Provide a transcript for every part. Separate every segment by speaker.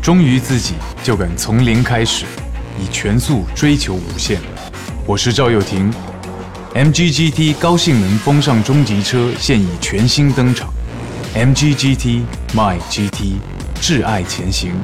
Speaker 1: 忠于自己，就敢从零开始，以全速追求无限。我是赵又廷 ，MG GT 高性能风尚中级车现已全新登场 ，MG GT My GT， 挚爱前行。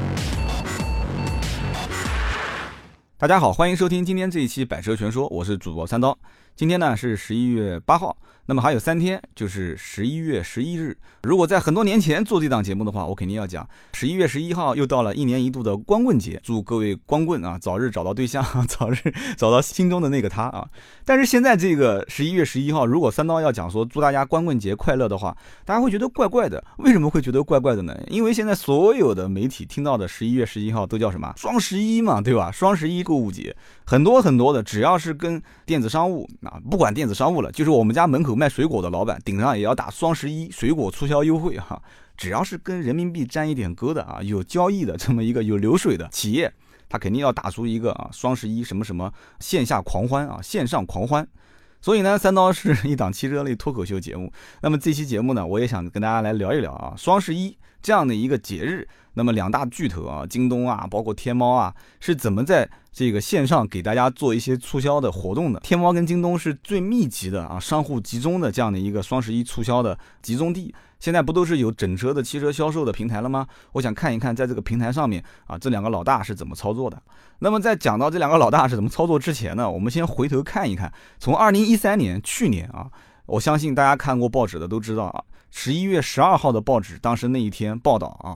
Speaker 2: 大家好，欢迎收听今天这一期百车全说，我是主播三刀。今天呢是11月8号，那么还有3天就是11月11日。如果在很多年前做这档节目的话，我肯定要讲11月11号又到了1年1度的光棍节，祝各位光棍啊早日找到对象，早日找到心中的那个他啊。但是现在这个11月11号，如果三刀要讲说祝大家光棍节快乐的话，大家会觉得怪怪的。为什么会觉得怪怪的呢？因为现在所有的媒体听到的11月11号都叫什么？双11嘛，对吧？双11购物节，很多的，只要是跟电子商务啊，不管电子商务了，就是我们家门口卖水果的老板顶上也要打双11水果促销优惠哈。只要是跟人民币沾一点钩的啊，有交易的这么一个有流水的企业，他肯定要打出一个啊双11什么什么线下狂欢啊，线上狂欢。所以呢，三刀是一档汽车类脱口秀节目。那么这期节目呢，我也想跟大家来聊一聊啊，双11这样的一个节日，那么两大巨头啊，京东啊，包括天猫啊，是怎么在这个线上给大家做一些促销的活动的？天猫跟京东是最密集的啊，商户集中的这样的一个双11促销的集中地。现在不都是有整车的汽车销售的平台了吗？我想看一看在这个平台上面啊，这两个老大是怎么操作的。那么在讲到这两个老大是怎么操作之前呢，我们先回头看一看，从2013年去年啊，我相信大家看过报纸的都知道啊，11月12号的报纸当时那一天报道啊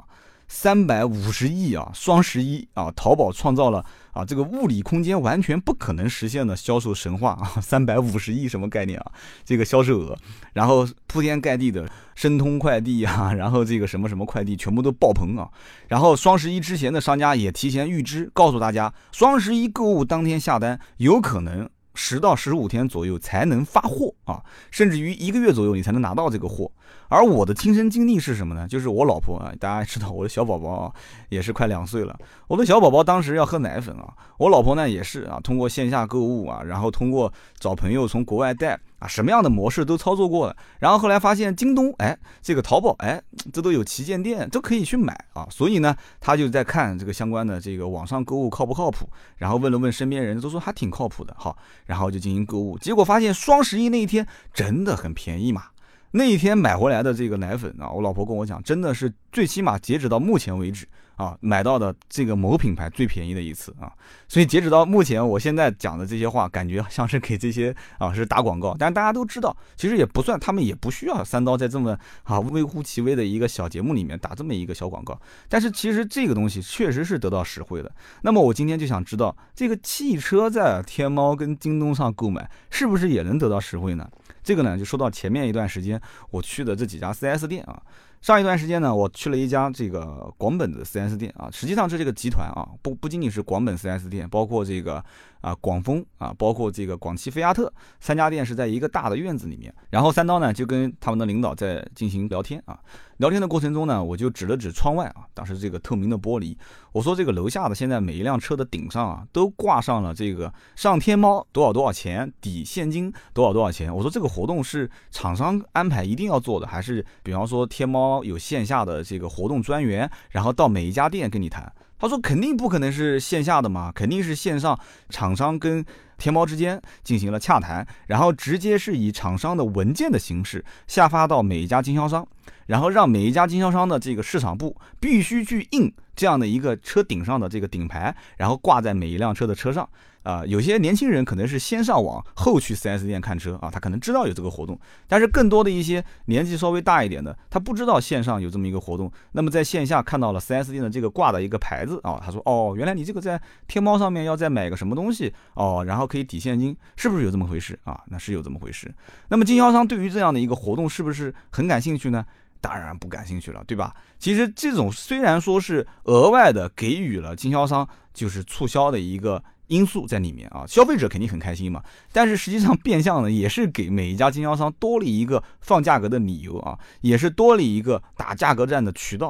Speaker 2: ，350亿啊，双11啊，淘宝创造了啊这个物理空间完全不可能实现的销售神话啊，350亿什么概念啊？这个销售额，然后铺天盖地的申通快递啊，然后这个什么什么快递全部都爆棚啊，然后双11之前的商家也提前预知，告诉大家双11购物当天下单有可能10到15天左右才能发货啊，甚至于1个月左右你才能拿到这个货。而我的亲身经历是什么呢？就是我老婆啊，大家知道我的小宝宝啊，也是快2岁了。我的小宝宝当时要喝奶粉啊，我老婆呢也是啊，通过线下购物啊，然后通过找朋友从国外带啊，什么样的模式都操作过了。然后后来发现京东这个淘宝这都有旗舰店，都可以去买啊。所以呢，他就在看这个相关的这个网上购物靠不靠谱，然后问了问身边人，都说还挺靠谱的，好，然后就进行购物。结果发现双11那一天真的很便宜嘛。那一天买回来的这个奶粉啊，我老婆跟我讲，真的是最起码截止到目前为止啊，买到的这个某品牌最便宜的一次啊。所以截止到目前，我现在讲的这些话，感觉像是给这些啊是打广告，但大家都知道，其实也不算，他们也不需要三刀在这么啊微乎其微的一个小节目里面打这么一个小广告。但是其实这个东西确实是得到实惠的。那么我今天就想知道，这个汽车在天猫跟京东上购买，是不是也能得到实惠呢？这个呢，就说到前面一段时间我去的这几家 4S 店啊。上一段时间呢，我去了一家这个广本的 4S 店啊，实际上是这个集团啊，不仅仅是广本 4S 店，包括这个广丰啊，包括这个广汽菲亚特3家店是在一个大的院子里面。然后三刀呢就跟他们的领导在进行聊天啊，聊天的过程中呢，我就指了指窗外啊，当时这个透明的玻璃，我说这个楼下的现在每一辆车的顶上啊，都挂上了这个上天猫多少钱，抵现金多少钱。我说这个活动是厂商安排一定要做的，还是比方说天猫有线下的这个活动专员，然后到每一家店跟你谈？他说肯定不可能是线下的嘛，肯定是线上，厂商跟天猫之间进行了洽谈，然后直接是以厂商的文件的形式下发到每一家经销商，然后让每一家经销商的这个市场部必须去印这样的一个车顶上的这个顶牌，然后挂在每一辆车的车上。有些年轻人可能是先上网后去 4S 店看车啊，他可能知道有这个活动，但是更多的一些年纪稍微大一点的，他不知道线上有这么一个活动，那么在线下看到了 4S 店的这个挂的一个牌子啊，他说哦，原来你这个在天猫上面要再买个什么东西哦，然后可以抵现金，是不是有这么回事啊？那是有这么回事。那么经销商对于这样的一个活动是不是很感兴趣呢？当然不感兴趣了，对吧？其实这种虽然说是额外的给予了经销商就是促销的一个因素在里面啊，消费者肯定很开心嘛，但是实际上变相的也是给每一家经销商多了一个放价格的理由啊，也是多了一个打价格战的渠道。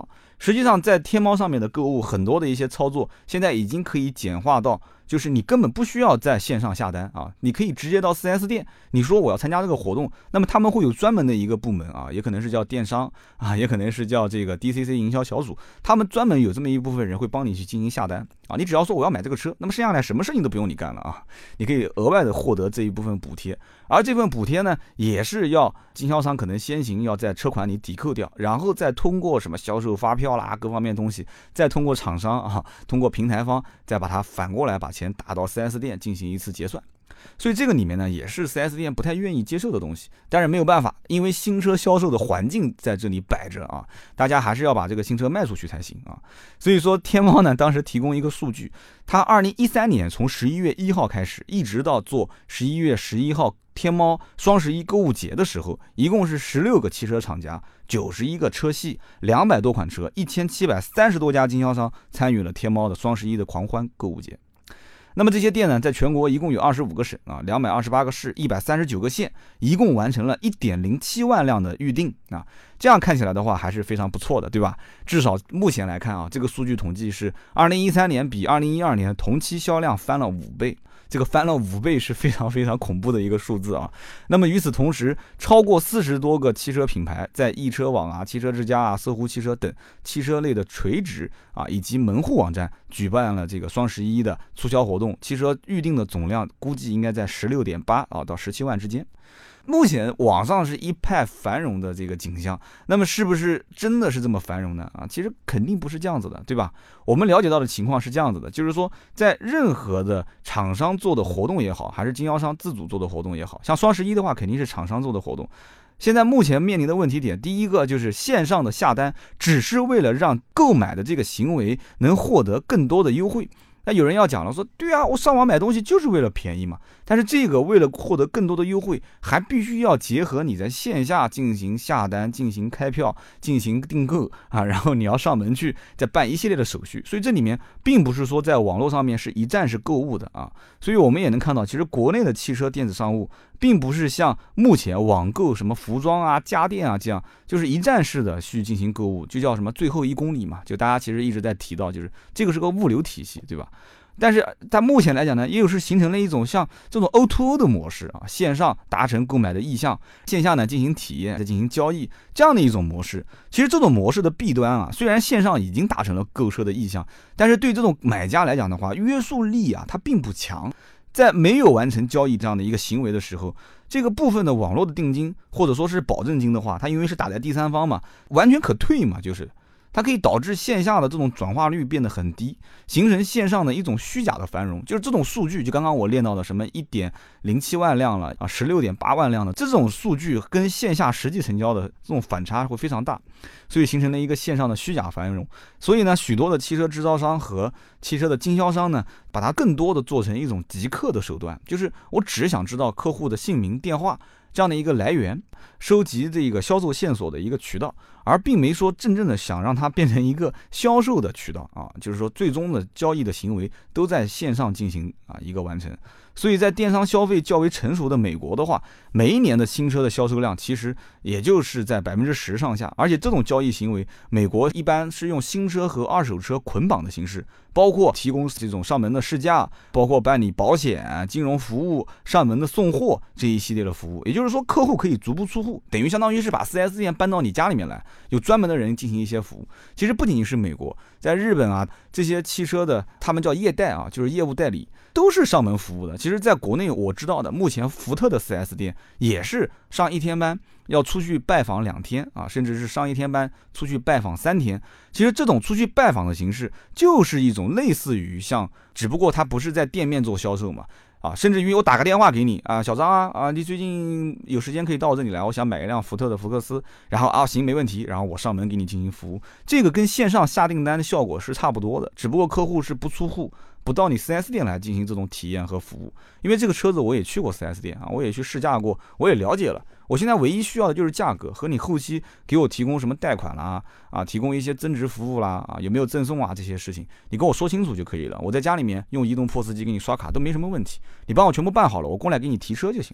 Speaker 2: 实际上在天猫上面的购物，很多的一些操作现在已经可以简化到，就是你根本不需要在线上下单啊，你可以直接到 4S 店，你说我要参加这个活动，那么他们会有专门的一个部门啊，也可能是叫电商啊，也可能是叫这个 DCC 营销小组，他们专门有这么一部分人会帮你去进行下单啊，你只要说我要买这个车，那么剩下来什么事情都不用你干了啊，你可以额外的获得这一部分补贴，而这份补贴呢，也是要经销商可能先行要在车款里抵扣掉，然后再通过什么销售发票啦各方面东西，再通过厂商啊，通过平台方再把它反过来把钱打到 4S 店进行一次结算。所以这个里面呢，也是 4S 店不太愿意接受的东西，但是没有办法，因为新车销售的环境在这里摆着啊，大家还是要把这个新车卖出去才行啊。所以说天猫呢，当时提供一个数据，它2013年从11月1号开始，一直到做11月11号天猫双11购物节的时候，一共是16个汽车厂家，91个车系，200多款车，1730多家经销商参与了天猫的双11的狂欢购物节。那么这些店呢，在全国一共有25个省啊，228个市，139个县，一共完成了 1.07 万辆的预定啊。这样看起来的话，还是非常不错的，对吧？至少目前来看啊，这个数据统计是2013年比2012年同期销量翻了5倍。这个翻了5倍是非常非常恐怖的一个数字啊。那么与此同时，超过40多个汽车品牌在易车网啊、汽车之家啊、搜狐汽车等汽车类的垂直啊以及门户网站举办了这个双11的促销活动，汽车预定的总量估计应该在 16.8 到17万之间。目前网上是一派繁荣的这个景象，那么是不是真的是这么繁荣呢？啊，其实肯定不是这样子的，对吧？我们了解到的情况是这样子的，就是说在任何的厂商做的活动也好，还是经销商自主做的活动也好，像双11的话肯定是厂商做的活动。现在目前面临的问题点，第一个就是线上的下单只是为了让购买的这个行为能获得更多的优惠。那有人要讲了，说对啊，我上网买东西就是为了便宜嘛。但是这个为了获得更多的优惠，还必须要结合你在线下进行下单、进行开票、进行订购啊，然后你要上门去再办一系列的手续。所以这里面并不是说在网络上面是一站式购物的啊。所以我们也能看到，其实国内的汽车电子商务并不是像目前网购什么服装啊、家电啊这样，就是一站式的去进行购物，就叫什么最后1公里嘛。就大家其实一直在提到，就是这个是个物流体系，对吧？但是它目前来讲呢，又是形成了一种像这种 O2O 的模式啊，线上达成购买的意向，线下呢进行体验，再进行交易这样的一种模式。其实这种模式的弊端啊，虽然线上已经达成了购车的意向，但是对这种买家来讲的话，约束力啊它并不强。在没有完成交易这样的一个行为的时候，这个部分的网络的定金或者说是保证金的话，它因为是打在第三方嘛，完全可退嘛，就是它可以导致线下的这种转化率变得很低，形成线上的一种虚假的繁荣。就是这种数据，就刚刚我练到的什么 1.07 万辆了啊 16.8 万辆的这种数据，跟线下实际成交的这种反差会非常大，所以形成了一个线上的虚假繁荣。所以呢，许多的汽车制造商和汽车的经销商呢，把它更多的做成一种极客的手段，就是我只想知道客户的姓名、电话这样的一个来源，收集这个销售线索的一个渠道，而并没说真正的想让它变成一个销售的渠道啊，就是说最终的交易的行为都在线上进行啊一个完成。所以在电商消费较为成熟的美国的话，每一年的新车的销售量其实也就是在 10% 上下，而且这种交易行为，美国一般是用新车和二手车捆绑的形式，包括提供这种上门的试驾，包括办理保险、金融服务、上门的送货这一系列的服务。也就是说，客户可以足不出户，等于相当于是把 4S 店搬到你家里面来，有专门的人进行一些服务。其实不仅仅是美国，在日本啊，这些汽车的他们叫业代啊，就是业务代理，都是上门服务的。其实在国内我知道的，目前福特的 4S 店也是上1天班要出去拜访2天啊，甚至是上1天班出去拜访3天。其实这种出去拜访的形式就是一种类似于像，只不过它不是在店面做销售嘛，啊，甚至于我打个电话给你啊，小张啊，你最近有时间可以到我这里来，我想买一辆福特的福克斯，然后啊行没问题，然后我上门给你进行服务。这个跟线上下订单的效果是差不多的，只不过客户是不出户，不到你 4S 店来进行这种体验和服务。因为这个车子我也去过 4S 店啊，我也去试驾过，我也了解了。我现在唯一需要的就是价格和你后期给我提供什么贷款啦，啊，提供一些增值服务啦，啊，有没有赠送啊，这些事情你跟我说清楚就可以了。我在家里面用移动POS机给你刷卡都没什么问题，你帮我全部办好了，我过来给你提车就行了。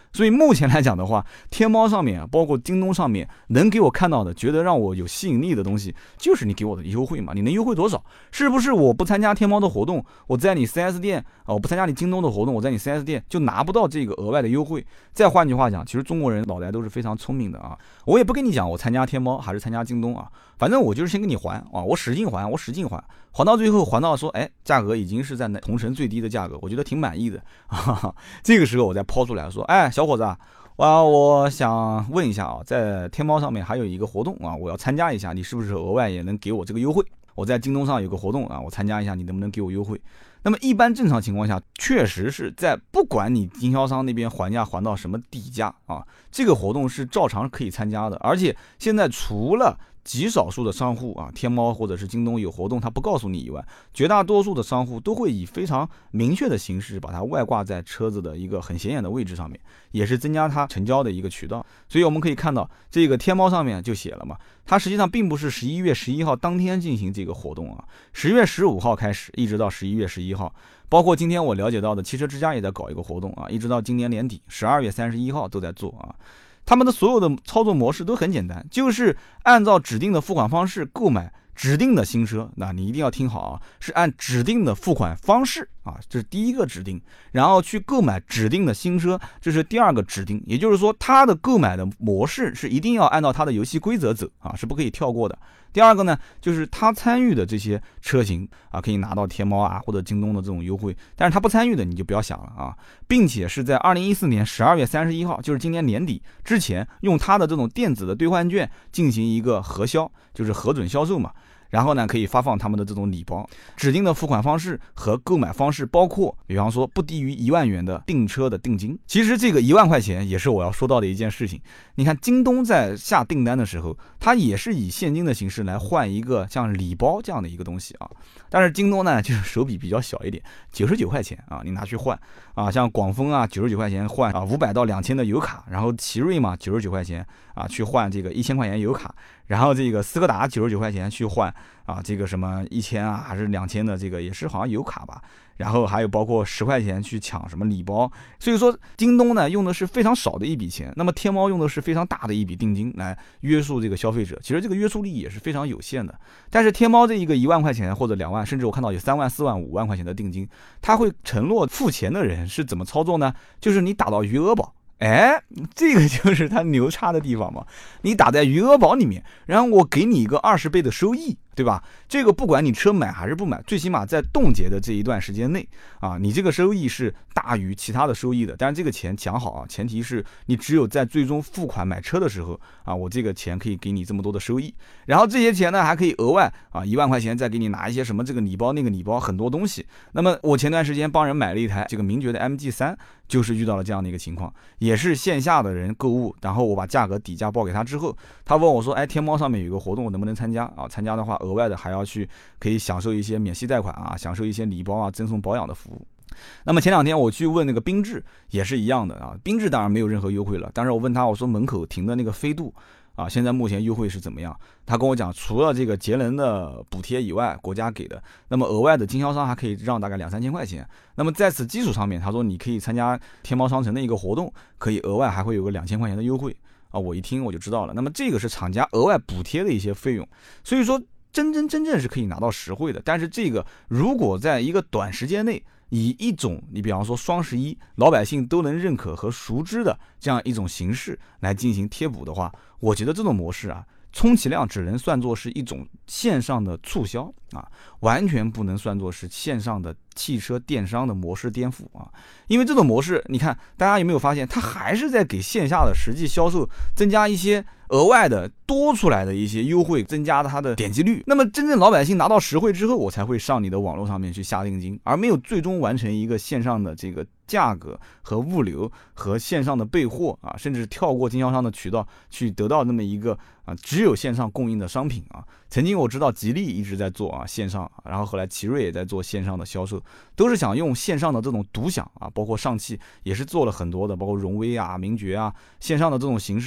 Speaker 2: 所以目前来讲的话，天猫上面包括京东上面能给我看到的，觉得让我有吸引力的东西，就是你给我的优惠嘛。你能优惠多少？是不是我不参加天猫的活动，我在你 4S 店啊，我不参加你京东的活动，我在你 4S 店就拿不到这个额外的优惠？再换句话讲，其实中国人脑袋都是非常聪明的啊。我也不跟你讲我参加天猫还是参加京东啊，反正我就是先跟你还啊，我使劲还，还到最后还到说，哎，价格已经是在同城最低的价格，我觉得挺满意的啊。这个时候我再抛出来说，哎，小伙子啊，我想问一下啊，在天猫上面还有一个活动啊，我要参加一下，你是不是额外也能给我这个优惠？我在京东上有个活动啊，我参加一下，你能不能给我优惠？那么一般正常情况下，确实是在不管你经销商那边还价还到什么底价啊，这个活动是照常可以参加的。而且现在除了极少数的商户啊，天猫或者是京东有活动他不告诉你以外，绝大多数的商户都会以非常明确的形式把它外挂在车子的一个很显眼的位置上面，也是增加它成交的一个渠道。所以我们可以看到这个天猫上面就写了嘛，它实际上并不是11月11号当天进行这个活动啊，10月15号开始一直到11月11号，包括今天我了解到的汽车之家也在搞一个活动啊，一直到今年年底12月31号都在做啊。他们的所有的操作模式都很简单，就是按照指定的付款方式购买指定的新车。那你一定要听好啊，是按指定的付款方式啊，这是第一个指定，然后去购买指定的新车，这是第二个指定。也就是说，它的购买的模式是一定要按照它的游戏规则走啊，是不可以跳过的。第二个呢，就是他参与的这些车型啊，可以拿到天猫啊或者京东的这种优惠，但是他不参与的你就不要想了啊，并且是在2014年12月31号，就是今年年底之前，用他的这种电子的兑换券进行一个核销，就是核准销售嘛。然后呢，可以发放他们的这种礼包，指定的付款方式和购买方式包括，比方说不低于1万元的订车的定金。其实这个1万块钱也是我要说到的一件事情。你看京东在下订单的时候，它也是以现金的形式来换一个像礼包这样的一个东西啊。但是京东呢，就是手笔比较小一点，99块钱啊，你拿去换啊，像广丰啊99块钱换啊500到2000的油卡，然后奇瑞嘛99块钱啊去换这个1000块钱油卡，然后这个斯柯达99块钱去换啊这个什么1000啊还是2000的这个也是好像油卡吧，然后还有包括10块钱去抢什么礼包。所以说京东呢用的是非常少的一笔钱，那么天猫用的是非常大的一笔定金来约束这个消费者，其实这个约束力也是非常有限的。但是天猫这一个1万块钱或者2万，甚至我看到有3万4万5万块钱的定金，他会承诺付钱的人是怎么操作呢？就是你打到余额宝，哎，这个就是它牛叉的地方嘛！你打在余额宝里面，然后我给你一个20倍的收益，对吧？这个不管你车买还是不买，最起码在冻结的这一段时间内啊，你这个收益是大于其他的收益的。但是这个钱讲好啊，前提是你只有在最终付款买车的时候啊，我这个钱可以给你这么多的收益。然后这些钱呢，还可以额外啊1万块钱再给你拿一些什么这个礼包那个礼包，很多东西。那么我前段时间帮人买了一台这个名爵的 MG3，就是遇到了这样的一个情况，也是线下的人购物，然后我把价格底价报给他之后，他问我说，哎，天猫上面有个活动，我能不能参加啊？参加的话，额外的还要去可以享受一些免息贷款啊，享受一些礼包啊，赠送保养的服务。那么前两天我去问那个缤智也是一样的啊，缤智当然没有任何优惠了，但是我问他，我说门口停的那个飞度啊，现在目前优惠是怎么样？他跟我讲，除了这个节能的补贴以外，国家给的，那么额外的经销商还可以让大概2-3千块钱。那么在此基础上面，他说你可以参加天猫商城的一个活动，可以额外还会有个2000块钱的优惠啊。我一听我就知道了，那么这个是厂家额外补贴的一些费用，所以说真正是可以拿到实惠的。但是这个如果在一个短时间内，以一种你比方说双11老百姓都能认可和熟知的这样一种形式来进行贴补的话，我觉得这种模式啊，充其量只能算作是一种线上的促销啊，完全不能算作是线上的汽车电商的模式颠覆啊。因为这种模式，你看大家有没有发现，它还是在给线下的实际销售增加一些额外的多出来的一些优惠，增加它的点击率。那么真正老百姓拿到实惠之后，我才会上你的网络上面去下定金，而没有最终完成一个线上的这个价格和物流和线上的备货啊，甚至跳过经销商的渠道去得到那么一个啊只有线上供应的商品啊。曾经我知道吉利一直在做啊线上，然后后来奇瑞也在做线上的销售，都是想用线上的这种独享啊，包括上汽也是做了很多的，包括荣威啊、名爵啊，线上的这种形式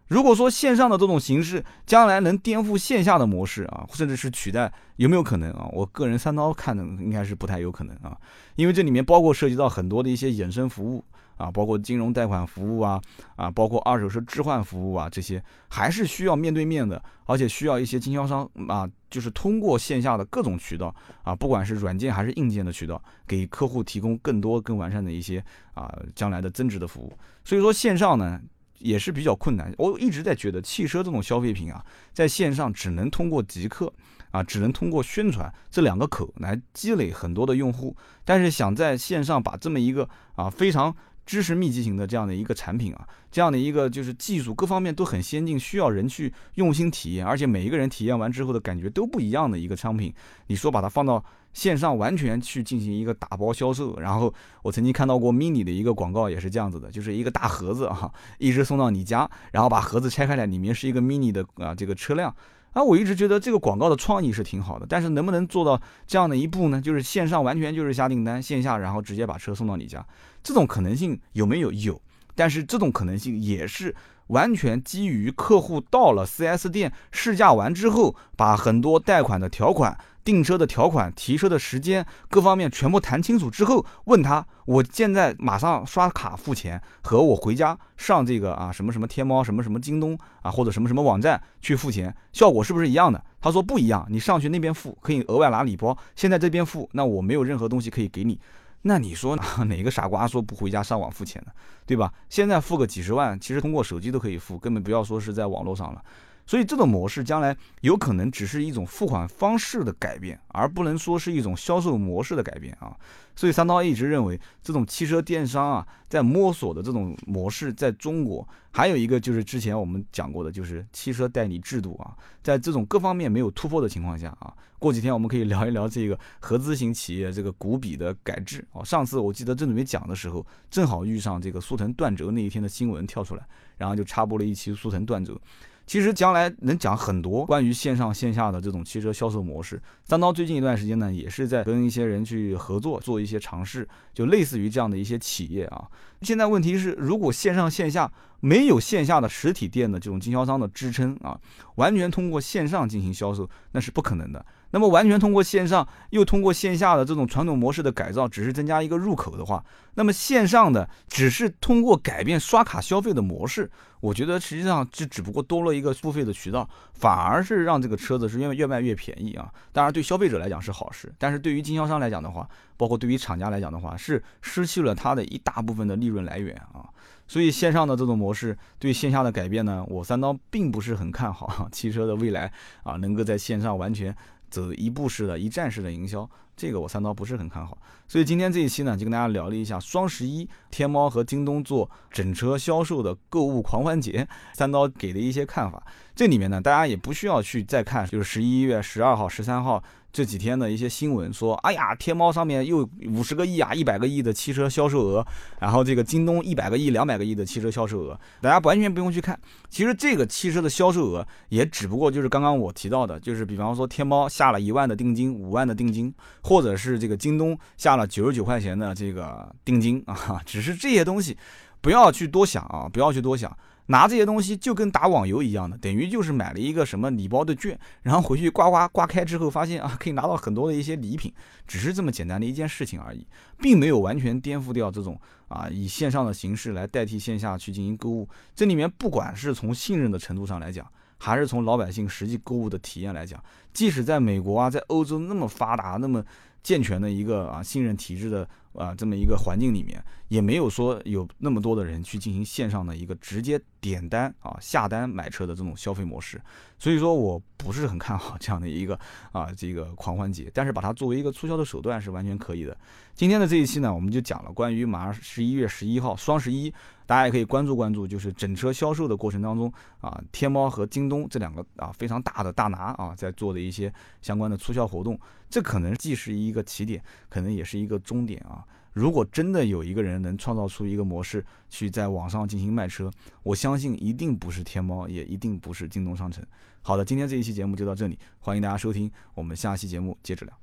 Speaker 2: 如果说线上的这种形式将来能颠覆线下的模式啊，甚至是取代，有没有可能啊？我个人三刀看的应该是不太有可能啊，因为这里面包括涉及到很多的一些衍生服务啊，包括金融贷款服务啊，包括二手车置换服务啊，这些还是需要面对面的，而且需要一些经销商啊，就是通过线下的各种渠道啊，不管是软件还是硬件的渠道，给客户提供更多更完善的一些将来的增值的服务。所以说线上呢也是比较困难。我一直在觉得汽车这种消费品啊，在线上只能通过极客啊，只能通过宣传这两个口来积累很多的用户，但是想在线上把这么一个非常知识密集型的这样的一个产品啊，这样的一个就是技术各方面都很先进，需要人去用心体验，而且每一个人体验完之后的感觉都不一样的一个商品，你说把它放到线上完全去进行一个打包销售，然后我曾经看到过 mini 的一个广告也是这样子的，就是一个大盒子一直送到你家，然后把盒子拆开来，里面是一个 mini 的这个车辆。我一直觉得这个广告的创意是挺好的，但是能不能做到这样的一步呢？就是线上完全就是下订单，线下然后直接把车送到你家，这种可能性有没有？有，但是这种可能性也是完全基于客户到了 4S 店试驾完之后，把很多贷款的条款、订车的条款、提车的时间各方面全部谈清楚之后，问他我现在马上刷卡付钱和我回家上这个什么什么天猫什么什么京东或者什么什么网站去付钱，效果是不是一样的？他说不一样，你上去那边付可以额外拿礼包，现在这边付那我没有任何东西可以给你。那你说哪个傻瓜说不回家上网付钱呢？对吧？现在付个几十万，其实通过手机都可以付，根本不要说是在网络上了。所以这种模式将来有可能只是一种付款方式的改变，而不能说是一种销售模式的改变啊。所以三刀一直认为，这种汽车电商在摸索的这种模式，在中国还有一个就是之前我们讲过的，就是汽车代理制度在这种各方面没有突破的情况下过几天我们可以聊一聊这个合资型企业这个股比的改制上次我记得正准备讲的时候，正好遇上这个速腾断轴那一天的新闻跳出来，然后就插播了一期速腾断轴。其实将来能讲很多关于线上线下的这种汽车销售模式。三刀最近一段时间呢，也是在跟一些人去合作，做一些尝试，就类似于这样的一些企业现在问题是，如果线上线下没有线下的实体店的这种经销商的支撑完全通过线上进行销售，那是不可能的。那么完全通过线上又通过线下的这种传统模式的改造，只是增加一个入口的话，那么线上的只是通过改变刷卡消费的模式，我觉得实际上这只不过多了一个付费的渠道，反而是让这个车子是越卖越便宜当然对消费者来讲是好事，但是对于经销商来讲的话，包括对于厂家来讲的话，是失去了它的一大部分的利润来源所以线上的这种模式对线下的改变呢，我三刀并不是很看好汽车的未来能够在线上完全走一步式的一站式的营销，这个我三刀不是很看好。所以今天这一期呢，就跟大家聊了一下双11天猫和京东做整车销售的购物狂欢节，三刀给的一些看法。这里面呢，大家也不需要去再看就是11月12号13号这几天的一些新闻，说哎呀天猫上面又50个亿100个亿的汽车销售额，然后这个京东100个亿200个亿的汽车销售额，大家完全不用去看。其实这个汽车的销售额也只不过就是刚刚我提到的，就是比方说天猫下了1万的定金5万的定金，或者是这个京东下了99块钱的这个定金只是这些东西不要去多想不要去多想，拿这些东西就跟打网游一样的，等于就是买了一个什么礼包的券，然后回去刮开之后发现可以拿到很多的一些礼品，只是这么简单的一件事情而已，并没有完全颠覆掉这种以线上的形式来代替线下去进行购物。这里面不管是从信任的程度上来讲，还是从老百姓实际购物的体验来讲，即使在美国在欧洲那么发达那么健全的一个信任体制的这么一个环境里面，也没有说有那么多的人去进行线上的一个直接点单下单买车的这种消费模式。所以说我不是很看好这样的一个这个狂欢节，但是把它作为一个促销的手段是完全可以的。今天的这一期呢，我们就讲了关于马上11月11号双11，大家也可以关注，就是整车销售的过程当中天猫和京东这两个非常大的大拿在做的一些相关的促销活动，这可能既是一个起点，可能也是一个终点如果真的有一个人能创造出一个模式去在网上进行卖车，我相信一定不是天猫，也一定不是京东商城。好的，今天这一期节目就到这里，欢迎大家收听，我们下期节目接着聊。